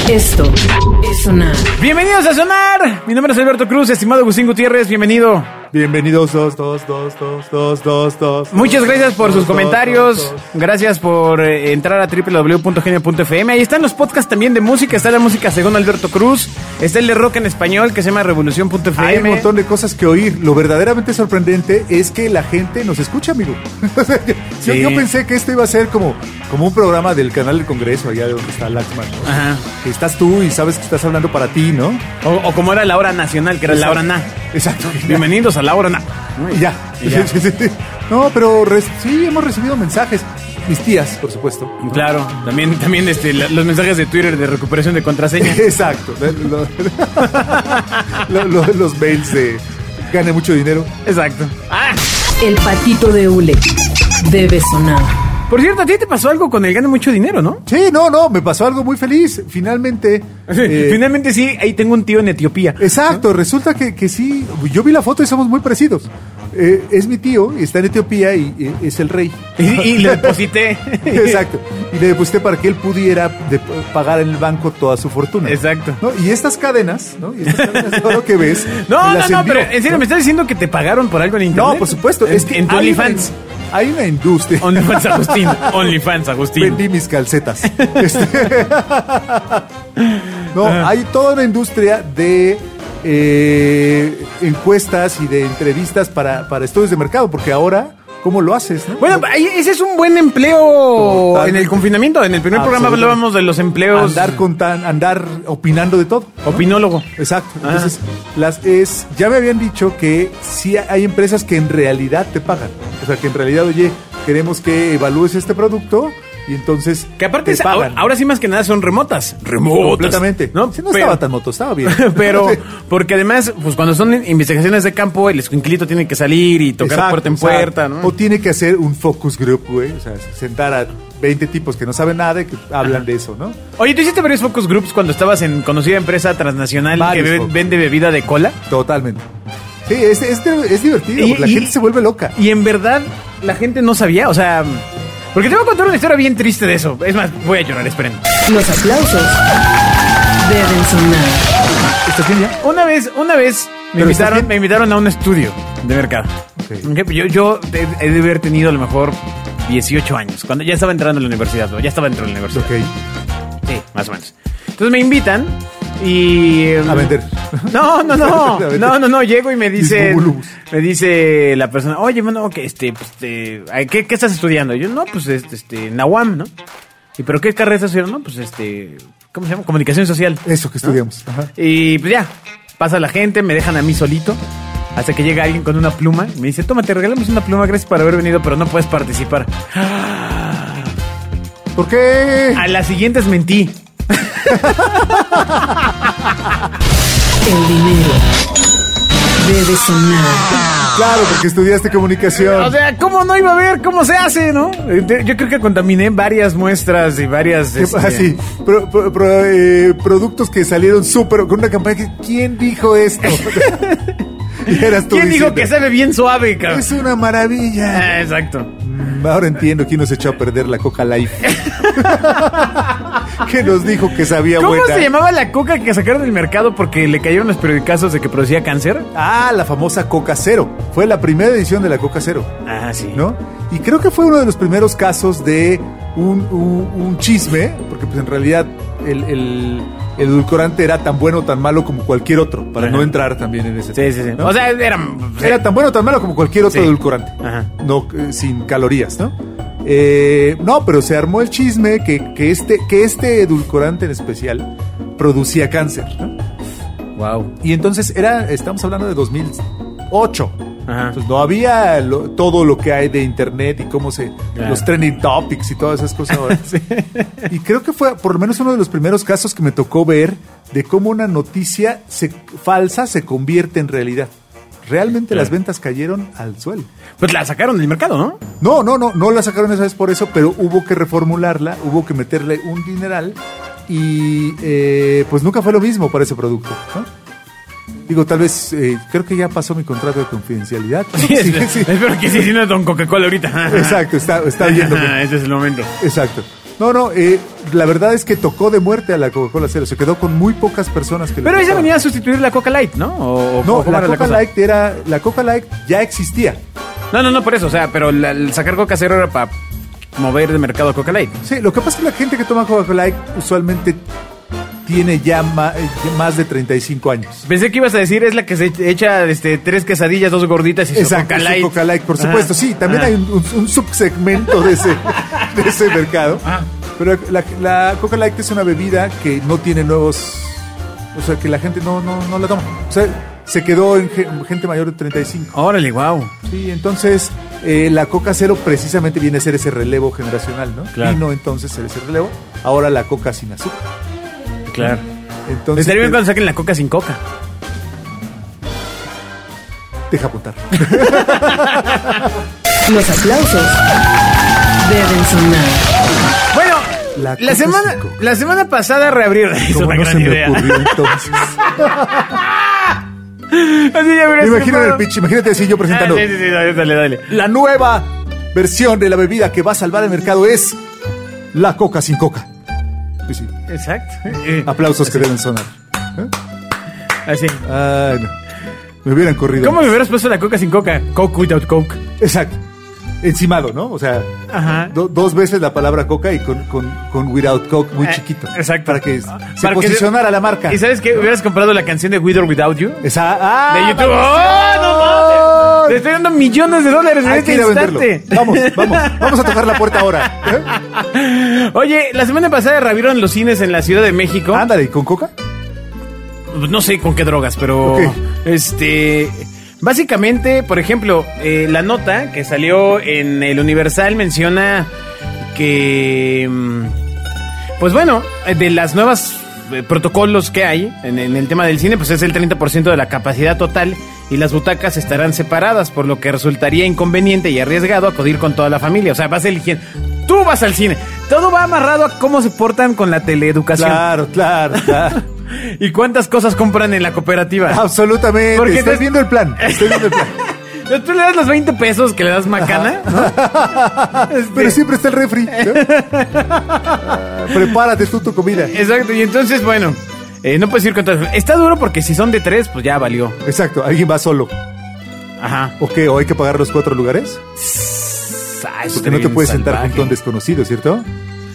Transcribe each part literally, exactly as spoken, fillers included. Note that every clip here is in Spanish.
Esto es Sonar. Bienvenidos a Sonar. Mi nombre es Alberto Cruz, estimado Agustín Gutiérrez, bienvenido. Bienvenidos, dos, dos, dos, dos, dos, dos, dos. Muchas gracias por dos, sus dos, comentarios. dos, dos. Gracias por eh, entrar a doble u doble u doble u punto genio punto efe eme. Ahí están los podcasts también de música. Está la música según Alberto Cruz. Está el de rock en español que se llama revolución punto efe eme. Hay un montón de cosas que oír. Lo verdaderamente sorprendente es que la gente nos escucha, amigo. yo, Sí. yo pensé que esto iba a ser como, como un programa del canal del Congreso, allá de donde está Laxman, ¿no? Ajá. Que estás tú y sabes que estás hablando para ti, ¿no? O, o como era la hora nacional, que era la hora na. Exacto. Bienvenidos a la hora na. Y ya. Y ya. No, pero res- sí, hemos recibido mensajes. Mis tías, por supuesto. Claro, también, también este, la- los mensajes de Twitter de recuperación de contraseña. Exacto. Lo- lo- lo- los mails de gane mucho dinero. Exacto. Ah, El patito de hule debe sonar. por cierto, a ti te pasó algo con el gane mucho dinero, ¿no? Sí, no, no, me pasó algo muy feliz. Finalmente. eh, Finalmente sí, ahí tengo un tío en Etiopía. Exacto, resulta que, que sí. Yo vi la foto y somos muy parecidos. Eh, es mi tío, y está en Etiopía y eh, es el rey. Y, y le deposité. Exacto. Y le deposité para que él pudiera de- pagar en el banco toda su fortuna. Exacto. ¿No? Y estas cadenas, ¿no? Y estas cadenas de oro que ves. No, no, las no, envió, pero en serio, ¿no? ¿me estás diciendo que te pagaron por algo en internet? No, por supuesto. En, es que en tu hay OnlyFans. Una, hay una industria. OnlyFans Agustín. OnlyFans Agustín. Vendí mis calcetas. Este- no, hay toda una industria de eh, encuestas y de entrevistas para, para estudios de mercado, porque ahora, ¿cómo lo haces? ¿No? Bueno, ahí- ese es un buen empleo Totalmente. en el confinamiento. En el primer programa Absolutamente. hablábamos de los empleos. andar con tan, andar opinando de todo. ¿no? Opinólogo. Exacto. Ah. Entonces, las es, ya me habían dicho que sí hay empresas que en realidad te pagan. O sea, que en realidad, oye, queremos que evalúes este producto y entonces Que aparte, te es- ahora, pagan. ahora sí más que nada son remotas. Remotas. Completamente. ¿No? Sí, no Pero- estaba tan moto, estaba bien. Pero, porque además, pues cuando son investigaciones de campo, el escuinclito tiene que salir y tocar Exacto, puerta en o sea, puerta, ¿no? O tiene que hacer un focus group, güey. O sea, sentar a veinte tipos que no saben nada y que hablan de eso, ¿no? Oye, ¿tú hiciste varios focus groups cuando estabas en conocida empresa transnacional Varios que ve- focus. vende bebida de cola? Totalmente. Sí, es, es, es divertido. Y- porque la y- gente se vuelve loca. Y en verdad, la gente no sabía, o sea... Porque te voy a contar una historia bien triste de eso. Es más, voy a llorar, esperen. Los aplausos deben sonar. ¿Estás bien ya? Una vez, una vez me ¿Pero estás invitaron, bien? me invitaron a un estudio de mercado. Ok. Ok, Yo, yo he he de haber tenido a lo mejor dieciocho años, cuando ya estaba entrando a la universidad, ¿no? Ya estaba dentro de la universidad. Ok. Sí, más o menos. Entonces me invitan y... A vender. No, no, no. A vender. No, no, no. Llego y me dice... Disbobulubus. Me dice la persona, oye, bueno, que este, pues, este, ay, ¿qué, ¿qué estás estudiando? Y yo, no, pues, este, este, Nahuam, ¿no? ¿Y pero qué carrera estás estudiando? No, pues, este, ¿cómo se llama? Comunicación social. Eso que estudiamos. Ajá. Y pues ya, pasa la gente, me dejan a mí solito. Hasta que llega alguien con una pluma y me dice, toma, te regalamos una pluma, gracias por haber venido, pero no puedes participar. ¿Por qué? A las siguientes mentí. El dinero debe sonar. Claro, porque estudiaste comunicación. O sea, ¿cómo no iba a ver cómo se hace, no? Eh, Yo creo que contaminé varias muestras y varias... ¿Qué este, pasa? Sí, pro- pro- pro- eh, productos que salieron súper con una campaña que ¿quién dijo esto? Y eras tú ¿Quién dijo diciendo, que sabe bien suave, cabrón? es una maravilla? Ah, exacto. Mm, Ahora entiendo quién nos echó a perder la Coca Life. Que nos dijo que sabía ¿Cómo buena. se llamaba la coca que sacaron del mercado porque le cayeron los periodicazos de que producía cáncer? Ah, la famosa Coca Cero. Fue la primera edición de la Coca Cero, Ah, sí. ¿no? Y creo que fue uno de los primeros casos de un, un- un chisme, porque pues en realidad el, el- el edulcorante era tan bueno o tan malo como cualquier otro, para Ajá. no entrar también en ese Sí, tema, sí, sí. ¿no? O sea, era... Era tan bueno o tan malo como cualquier otro Sí. edulcorante. Ajá. No, eh, sin calorías, ¿no? Eh, no, pero se armó el chisme que, que, este, que este edulcorante en especial producía cáncer, ¿no? Wow. Y entonces era, estamos hablando de dos mil ocho. Ajá. Entonces no había lo- todo lo que hay de internet y cómo se... Claro. Los trending topics y todas esas cosas ahora. Sí. Y creo que fue por lo menos uno de los primeros casos que me tocó ver de cómo una noticia se- falsa se convierte en realidad. Realmente Claro. las ventas cayeron al suelo. Pues la sacaron del mercado, ¿no? No, no, no, no la sacaron esa vez por eso, pero hubo que reformularla, hubo que meterle un dineral y eh, pues nunca fue lo mismo para ese producto, ¿no? Digo, tal vez, eh, creo que ya pasó mi contrato de confidencialidad. Sí, sí, sí. Espero que sí, si no es Don Coca-Cola ahorita. Exacto, está, está viéndome. Ese es el momento. Exacto. No, no, eh, la verdad es que tocó de muerte a la Coca-Cola Cero. Se quedó con muy pocas personas que le Pero esa gustaban. venía a sustituir la Coca Light, ¿no? O, No, o ¿cómo la era Coca cosa? Light era... La Coca Light ya existía. No, no, no, por eso, o sea, pero la- el sacar Coca Cero era para mover de mercado a Coca Light. Sí, lo que pasa es que la gente que toma Coca-Cola Light usualmente tiene ya ma- eh, más de treinta y cinco años. Pensé que ibas a decir es la que se echa este, tres quesadillas, dos gorditas y su Exacto, Coca su Light. Coca Light, por supuesto. Ajá. Sí, también Ajá. hay un, un- un subsegmento de ese, de ese mercado. Ah. Pero la, la Coca Light es una bebida que no tiene nuevos... O sea, que la gente no, no, no la toma. O sea, se quedó en ge- gente mayor de treinta y cinco. Órale, wow. Sí, entonces eh, la Coca Cero precisamente viene a ser ese relevo generacional, ¿no? Claro. Vino entonces ser ese relevo. Ahora la Coca sin azúcar. Claro. Entonces, Estaría bien pues, cuando saquen la Coca sin Coca. deja apuntar. Los aplausos deben sonar. Bueno, La la, Coca semana sin Coca. la semana pasada reabrieron. Es ¿Cómo una no gran se me idea. ocurrió entonces? Así ya hubiera Imagínate sido. el pitch, imagínate así yo presentando. Ah, sí, sí, sí, dale, dale, dale. La nueva versión de la bebida que va a salvar el mercado es la Coca sin Coca. Sí, sí. Exacto. Eh, Aplausos que deben sonar. ¿Eh? Así. Ay, no. Me hubieran corrido. ¿Cómo me hubieras puesto la Coca sin Coca? Coke without Coke. Exacto. Encimado, ¿no? O sea, Ajá. do- dos veces la palabra Coca y con, con, con Without Coke muy Eh, chiquito. exacto. Para que se Para que- posicionara la marca. ¿Y sabes qué? Hubieras comprado la canción de With or Without You. Esa, ah, De YouTube. maldición. ¡Oh, no mames! Te estoy dando millones de dólares en Hay este que ir a venderlo. instante. Vamos, vamos, vamos a tocar la puerta ahora. ¿Eh? Oye, la semana pasada reabrieron los cines en la Ciudad de México. Ándale, ¿y con Coca? No sé con qué drogas, pero Ok. este básicamente, por ejemplo, eh, la nota que salió en el Universal menciona que mm, pues bueno, eh, de las nuevas eh, protocolos que hay en, en el tema del cine, pues es el treinta por ciento de la capacidad total y las butacas estarán separadas, por lo que resultaría inconveniente y arriesgado acudir con toda la familia. O sea, vas eligiendo, tú vas al cine, todo va amarrado a cómo se portan con la teleeducación. Claro, claro, claro. ¿Y cuántas cosas compran en la cooperativa? Absolutamente. Porque Estoy te- viendo el plan. Estoy viendo el plan. Tú le das los veinte pesos que le das macana, ¿no? Este, Pero siempre está el refri. ¿no? Ah, prepárate tú tu comida. Exacto, y entonces, bueno, eh, no puedes ir con todas. Está duro porque si son de tres, pues ya valió. Exacto, alguien va solo. Ajá. ¿O qué? ¿O hay que pagar los cuatro lugares? Ay, eso Porque no te bien puedes sentar salvaje. junto a un desconocido, ¿cierto?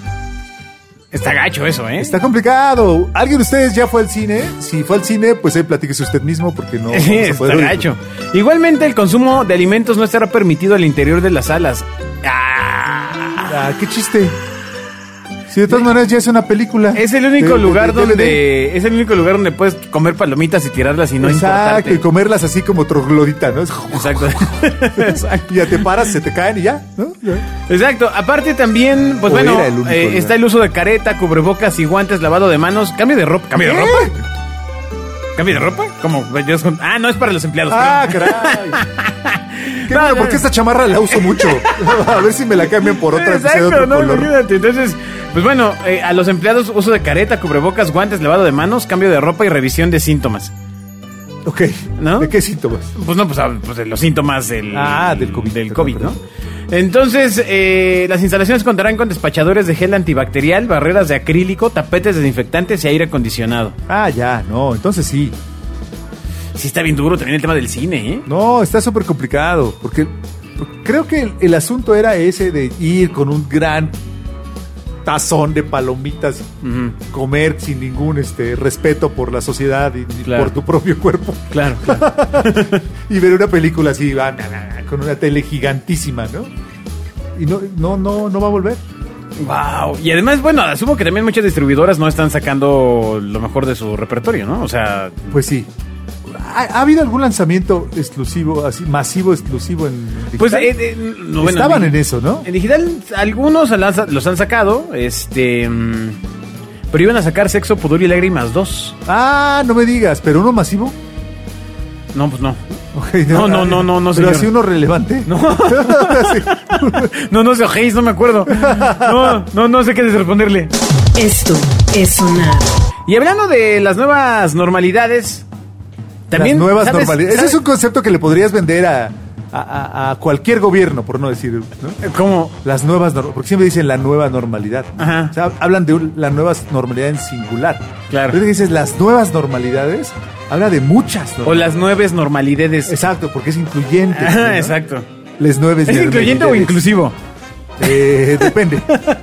Está gacho eso, ¿eh? Está complicado. ¿Alguien de ustedes ya fue al cine? Si fue al cine, pues ahí platíquese usted mismo porque no Sí, vamos a está poder oír. gacho. Igualmente, el consumo de alimentos no estará permitido al interior de las salas. Ah. Ah, qué chiste. Si de todas maneras ya es una película. Es el único De- de- lugar de D V D. donde es el único lugar donde puedes comer palomitas y tirarlas y no Exacto, importarte. y comerlas así como troglodita, ¿no? Exacto. Exacto. Y ya te paras, se te caen y ya, ¿no? Ya. Exacto. Aparte también, pues O bueno, era el único eh, lugar. está el uso de careta, cubrebocas y guantes, lavado de manos, cambio de ropa. ¿Cambio de ¿Qué? ropa? ¿Cambio de ropa? ¿Cómo? Yo con- Ah, no es para los empleados. Ah, perdón. caray. Qué No, bueno, no, porque no. esta chamarra la uso mucho. A ver si me la cambian por otra que sea de Exacto, otro no, color. imagínate. Entonces, pues bueno, eh, a los empleados uso de careta, cubrebocas, guantes, lavado de manos, cambio de ropa y revisión de síntomas. Ok. ¿No? ¿De qué síntomas? Pues no, pues, ah, pues de los síntomas del, Ah, del COVID. Del Perdón, COVID, ¿no? perdón. Entonces, eh, las instalaciones contarán con despachadores de gel antibacterial, barreras de acrílico, tapetes desinfectantes y aire acondicionado. Ah, ya, no, entonces sí. Sí está bien duro también el tema del cine, ¿eh? No, está súper complicado. Porque, porque creo que el, el asunto era ese de ir con un gran tazón de palomitas, Ujú. comer sin ningún este respeto por la sociedad y, y Claro. por tu propio cuerpo. Claro, claro. Y ver una película así, va, con una tele gigantísima, ¿no? Y no, no, no, no va a volver. Wow. Y además, bueno, asumo que también muchas distribuidoras no están sacando lo mejor de su repertorio, ¿no? O sea, Pues sí. ¿Ha, ha habido algún lanzamiento exclusivo, así, masivo exclusivo en digital? pues eh, eh, no, bueno, Estaban en, en eso, ¿no? en digital algunos lanza- los han sacado, este, mm, pero iban a sacar Sexo, Pudor y Lágrimas dos. Ah, no me digas, pero uno masivo. No, pues no. Ok, No, no, no, no, no, Pero señor. así uno relevante. No. Sí. No, no sé, ojéis, no me acuerdo. No, no, no sé qué responderle. Esto es sonar. Y hablando de las nuevas normalidades, También, Las nuevas ¿sabes- normalidades. Ese sabes- es un concepto que le podrías vender a, a, a- a cualquier gobierno, por no decir, ¿no? ¿Cómo? Las nuevas normalidades, porque siempre dicen la nueva normalidad. Ajá. O sea, hablan de un- la nueva normalidad en singular. Claro. Pero dices las nuevas normalidades, habla de muchas O normalidades. las nueve normalidades. Exacto, porque es incluyente. Ajá, ¿no? exacto. Les nueve ¿Es incluyente o inclusivo? Eh, depende.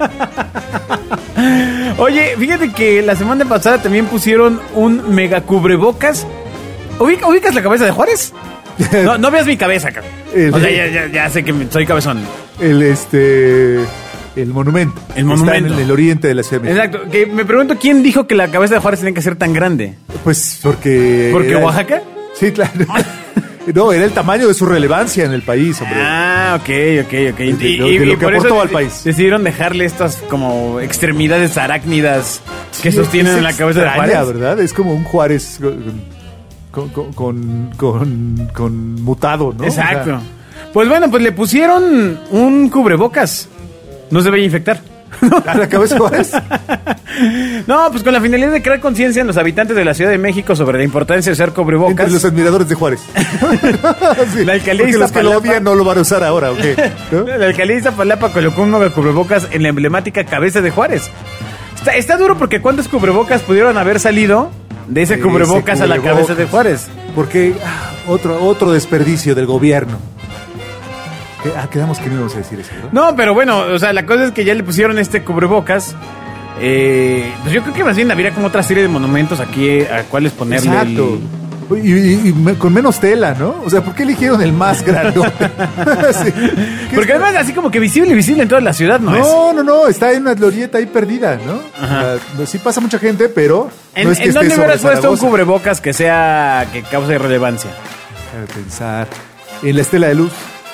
Oye, fíjate que la semana pasada también pusieron un mega cubrebocas. ¿Ubica- ¿Ubicas la cabeza de Juárez? No, no veas mi cabeza, cabrón. El- O sea, ya, ya, ya sé que me- soy cabezón. El este el monumento. El que monumento. Está en el oriente de la ciudad de México. Exacto. Que me pregunto quién dijo que la cabeza de Juárez tenía que ser tan grande. Pues porque. ¿Porque era- Oaxaca? Sí, claro. No, era el tamaño de su relevancia en el país, hombre. Ah, ok, ok, ok. De- de- de lo que por aportó eso al país. decidieron dejarle estas como extremidades arácnidas que Sí, sostienen es en la cabeza de extraña, Juárez. ¿verdad? Es como un Juárez con, con, con, con- con mutado, ¿no? Exacto. O sea, Pues bueno, pues le pusieron un cubrebocas. No se vaya a infectar. a la cabeza de Juárez. No, pues con la finalidad de crear conciencia en los habitantes de la Ciudad de México sobre la importancia de usar Entre cubrebocas. los admiradores de Juárez. Sí, La alcaldía porque los que lo Iztapalapa- odian no lo van a usar ahora, ¿o qué? ¿No? La alcaldía de Iztapalapa colocó un nuevo cubrebocas en la emblemática cabeza de Juárez. Está, está duro porque ¿cuántos cubrebocas pudieron haber salido de ese Ese cubrebocas a la cubrebocas. cabeza de Juárez? Porque ah, otro, otro desperdicio del gobierno. ¿Qué? Ah, quedamos que no íbamos a decir eso, ¿verdad? No, pero bueno, o sea, la cosa es que ya le pusieron este cubrebocas. Eh, pues yo creo que más bien habría como otra serie de monumentos aquí a cuáles ponerle. Exacto. el- Y, y- y me- con menos tela, ¿no? O sea, ¿por qué eligieron el más grandote? Sí. ¿Qué Porque es- además así como que visible, visible en toda la ciudad, ¿no, es? No, no, no, está en una glorieta ahí perdida, ¿no? Ajá. O sea, no- sí pasa mucha gente, pero ¿En, no es que en esté dónde sobre hubieras puesto un Zaragoza. cubrebocas que sea, que cause relevancia? Déjame pensar. En la estela de luz.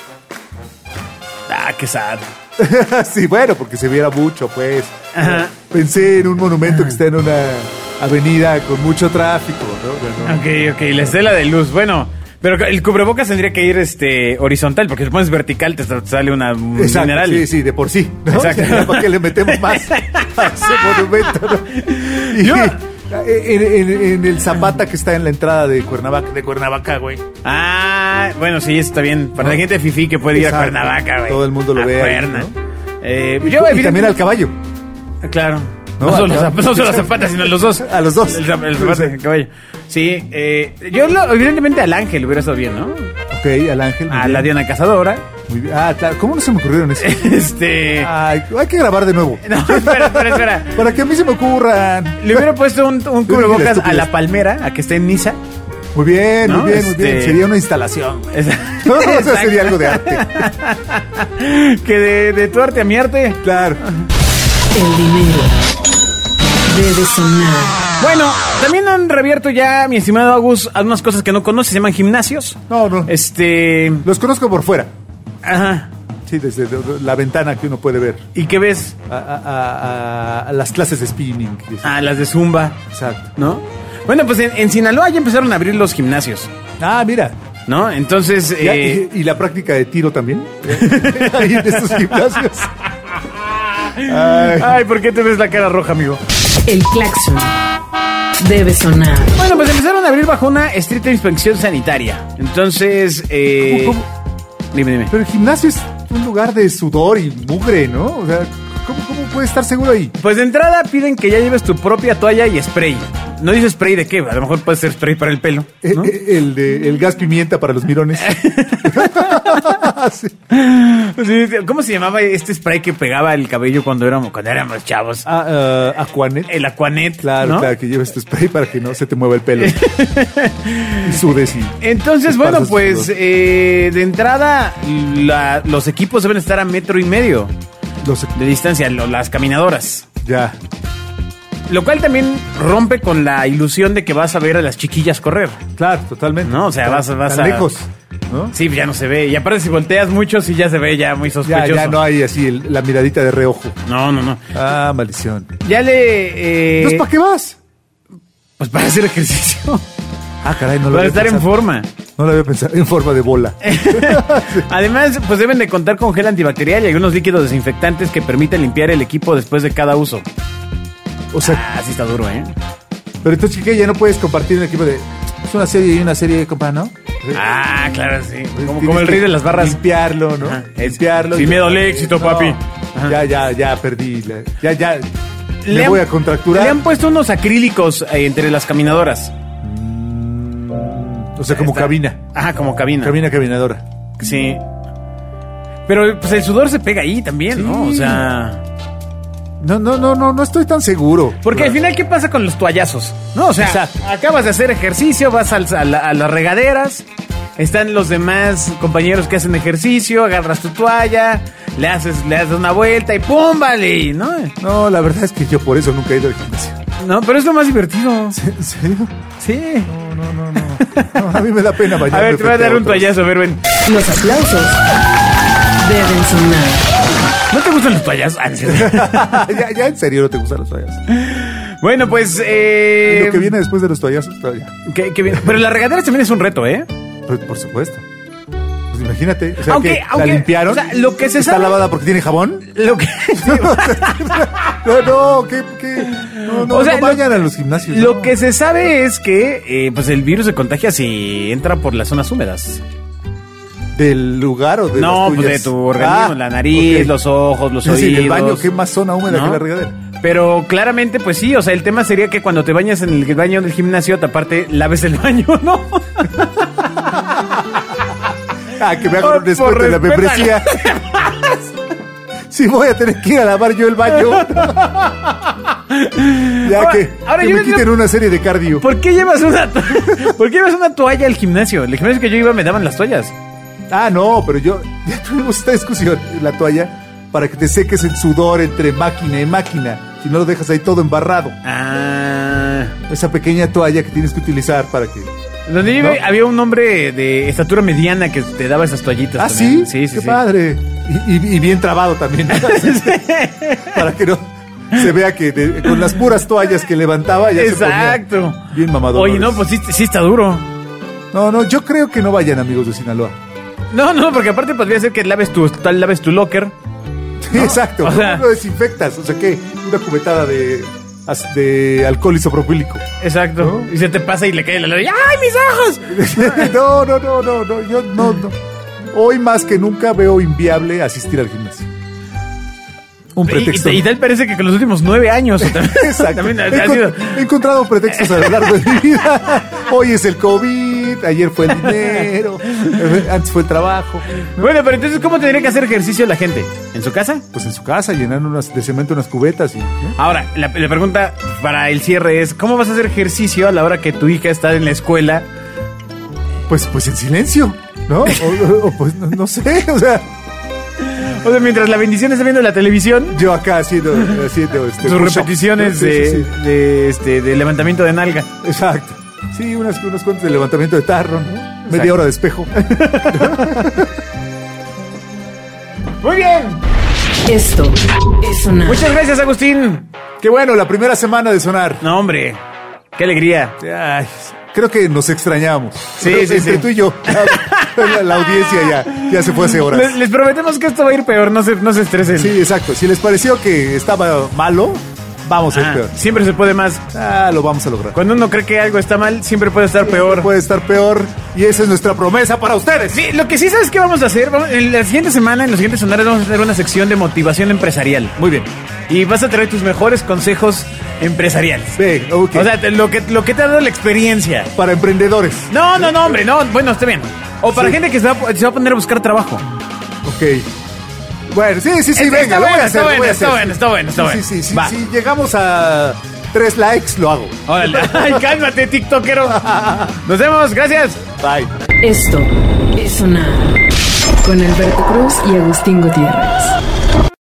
Ah, qué sad. Sí, bueno, porque se viera mucho, pues. Ajá. Pensé en un monumento que está en una avenida con mucho tráfico, ¿no? Bueno, Ok, ok, la estela de luz. Bueno, pero el cubrebocas tendría que ir este horizontal, porque si lo pones vertical te sa- sale una un Exacto, mineral. sí, sí, de por sí, ¿no? Exacto. O sea, ¿para qué le metemos más a ese monumento, no? Y Yo- en, en- en el Zapata que está en la entrada de Cuernavaca, de Cuernavaca, güey. Ah, bueno, sí, está bien. Para ¿No? la gente fifí que puede ir Exacto. a Cuernavaca, güey. Todo el mundo lo A ve ahí, Cuerna. ¿no? Eh, Y, yo, y evidente- también al caballo. Claro. ¿No? No, solo, Al los, caballo. zap- no solo los zapatas, sino los dos. A los dos. El, zap- el zapato, el caballo. Sí, eh, yo lo- evidentemente al ángel hubiera estado bien, ¿no? Ok, al ángel. muy A bien. la Diana Cazadora. Muy bien. Ah, claro. ¿Cómo no se me ocurrieron eso? Este... Ay, hay que grabar de nuevo. No, espera, espera, espera. Para que a mí se me ocurran. Le hubiera puesto un, un Yo dije la cubrebocas a estupidez. la palmera, a que esté en Niza. Muy bien, ¿No? muy bien, muy Este- bien. Sería una instalación. Esa- No, o sea, Exacto. sería algo de arte. Que de, de tu arte a mi arte. Claro. El dinero debe sonar. Bueno, también han reabierto ya, mi estimado Agus, algunas cosas que no conoces, se llaman gimnasios. No, no. Este... Los conozco por fuera. Ajá. Sí, desde la ventana que uno puede ver. ¿Y qué ves? A, a- a- a las clases de spinning. y eso. Ah, las de Zumba, Exacto. ¿no? Bueno, pues en, en Sinaloa ya empezaron a abrir los gimnasios, Ah, mira. ¿no? Entonces... Ya, eh, y, y la práctica de tiro también. Ahí en estos gimnasios. Ay. Ay, ¿por qué te ves la cara roja, amigo? El claxon debe sonar. Bueno, pues empezaron a abrir bajo una estricta inspección sanitaria. Entonces, eh... ¿Cómo? Dime, dime. Pero el gimnasio es un lugar de sudor y mugre, ¿no? O sea, ¿cómo, cómo puedes estar seguro ahí? Pues de entrada piden que ya lleves tu propia toalla y spray. No dice spray de qué, a lo mejor puede ser spray para el pelo, ¿no? Eh, eh, El, de, el gas pimienta para los mirones. Sí. Sí, ¿cómo se llamaba este spray que pegaba el cabello cuando éramos, cuando éramos chavos? Ah, ah, Aquanet. El Aquanet. Claro, ¿no? claro, que lleves tu spray para que no se te mueva el pelo. Y sudes y... Entonces, Esparces bueno, tus pues sudor. eh, de entrada la- los equipos deben estar a metro y medio Los- de distancia, lo- las caminadoras. ya. Lo cual también rompe con la ilusión de que vas a ver a las chiquillas correr. Claro, totalmente. No, o sea, Tan- vas- vas tan a- lejos, ¿no? Sí, ya no se ve. Y aparte si volteas mucho, sí ya se ve ya muy Ya, sospechoso. ya no hay así el- la miradita de reojo. No, no, no. Ah, maldición. Ya le... eh, Entonces, ¿para qué vas? pues para hacer ejercicio. Ah, caray, no lo Para había estar en pensado. forma. No lo había pensado, en forma de bola. Además, pues deben de contar con gel antibacterial y algunos líquidos desinfectantes que permiten limpiar el equipo después de cada uso. O sea, Ah, sí está duro, ¿eh? pero entonces, ¿qué? Ya no puedes compartir un equipo de... Es una serie y una serie, compa, ¿no? Ah, claro, sí. Como, Tienes como el rey que de las barras. Limpiarlo, ¿no? Ajá. Limpiarlo. Sin miedo al éxito, No, papi. Ya, ya, ya perdí. la- Ya, ya. Le Me han- voy a contracturar. Le han puesto unos acrílicos eh, entre las caminadoras. O sea, como Está- cabina. Ajá, como cabina. Cabina caminadora. Sí. Pero pues el sudor se pega ahí también, Sí. ¿no? O sea... No, no, no, no, no estoy tan seguro. Porque al final, ¿qué pasa con los toallazos? ¿No? O sea, Exacto. acabas de hacer ejercicio, vas al- a, la- a las regaderas, están los demás compañeros que hacen ejercicio, agarras tu toalla, le haces, le haces una vuelta y ¡pum! Vale, ¿no? No, la verdad es que yo por eso nunca he ido al gimnasio. No, pero es lo más divertido. ¿En serio? Sí. No, no, no, no. No, a mí me da pena bañarme. A ver, te voy a frente dar un otros. toallazo, a ver, ven. Los aplausos deben sonar. ¿No te gustan los toallazos? Ah, sí. ya, ya en serio no te gustan los toallazos. Bueno, pues... Eh, Lo que viene después de los toallazos todavía. qué- qué bien. Pero las regaderas también es un reto, ¿eh? Pues, por supuesto. Pues imagínate. O sea, Aunque- que aunque- la limpiaron. o sea, lo que se ¿Está sabe- lavada porque tiene jabón? Lo que... No, no, ¿qué? qué? No, no, O sea, no lo- vayan a los gimnasios. Lo no. que se sabe es que eh, pues el virus se contagia si entra por las zonas húmedas. ¿Del lugar o de No, las pues de tuyas? tu organismo, Ah, la nariz, ok. los ojos, los Es decir, oídos. el baño, ¿qué más zona húmeda ¿no? que la regadera? Pero claramente, pues sí, o sea, el tema sería que cuando te bañas en el baño del gimnasio, aparte laves el baño, ¿no? Ah, que me hagan Por- un descuento por en la respeto a- membresía. Sí, voy a tener que ir a lavar yo el baño. Ya Ahora- que, ahora que yo me no quiten una serie de cardio. ¿Por qué llevas una to- ¿Por qué llevas una toalla al gimnasio? El gimnasio que yo iba me daban las toallas. Ah, no, pero yo ya tuvimos esta discusión en la toalla para que te seques el sudor entre máquina y máquina. Si no lo dejas ahí todo embarrado. Ah. Esa pequeña toalla que tienes que utilizar para que... Donde yo iba, ¿No? había un hombre de estatura mediana que te daba esas toallitas. Ah, también. sí, Sí, sí, qué sí. padre. Y, y- y bien trabado también. Para que no se vea que de- con las puras toallas que levantaba ya Exacto. se ponía bien mamador. Oye, no, pues sí, sí está duro. No, no, yo creo que no vayan, amigos de Sinaloa. No, no, porque aparte podría ser que laves tu, tal, laves tu locker. Sí, exacto. O ¿Cómo sea- lo desinfectas? O sea, ¿qué? Una cubetada de, as- de alcohol isopropílico. Exacto. ¿No? Y se te pasa y le cae la luz. ¡Ay, mis ojos! No, no, no, no, no, yo no, no. Hoy más que nunca veo inviable asistir al gimnasio. Un Y, pretexto. y, y tal parece que con los últimos nueve años. También, Exacto. también ha- he, ha encon- sido- he encontrado pretextos a lo largo de mi vida. Hoy es el COVID, ayer fue el dinero, antes fue el trabajo. Bueno, pero entonces, ¿cómo tendría que hacer ejercicio la gente? ¿En su casa? Pues en su casa, llenando unas, de cemento unas cubetas y... ¿no? Ahora, la, la pregunta para el cierre es, ¿cómo vas a hacer ejercicio a la hora que tu hija está en la escuela? Pues, pues en silencio, ¿no? O, o- o pues no, no sé, o sea, O sea, mientras la bendición está viendo la televisión, yo acá haciendo, haciendo este, sus push-ups. repeticiones Sí, de, sí, sí. de, este, de levantamiento de nalga. Exacto. Sí, unas, unos cuantos de levantamiento de tarro, ¿no? Media Exacto. hora de espejo. Muy bien. Esto es sonar. Muchas gracias, Agustín. Qué bueno, la primera semana de sonar. No, hombre. Qué alegría. Ay, creo que nos extrañamos. Sí, Creo- sí, entre sí. tú y yo. La, la audiencia ya, ya se fue hace horas. Les, les prometemos que esto va a ir peor, no se, no se estresen. Sí, exacto. Si les pareció que estaba malo, vamos a ir Ah, peor. siempre se puede más. Ah, lo vamos a lograr. Cuando uno cree que algo está mal, siempre puede estar peor. Puede estar peor. Y esa es nuestra promesa para ustedes. Sí, lo que sí sabes que vamos a hacer, vamos- en la siguiente semana, en los siguientes sonares, vamos a hacer una sección de motivación empresarial. Muy bien. Y vas a traer tus mejores consejos empresariales. Ve, ok. O sea, te- lo que, lo que te ha dado la experiencia. para emprendedores. No, no, no, hombre, no. Bueno, está bien. O para Sí. gente que se va, a- se va a poner a buscar trabajo. Ok. Bueno, sí, sí, sí, Está venga, lo voy bueno, a hacer. está lo voy a bueno, hacer. está bueno, está bueno, está Sí, bueno. Sí, sí, sí. Va. Si llegamos a tres likes, lo hago. Órale. Ay, cálmate, tiktokero. Nos vemos, gracias. Bye. Esto es sonar. Con Alberto Cruz y Agustín Gutiérrez.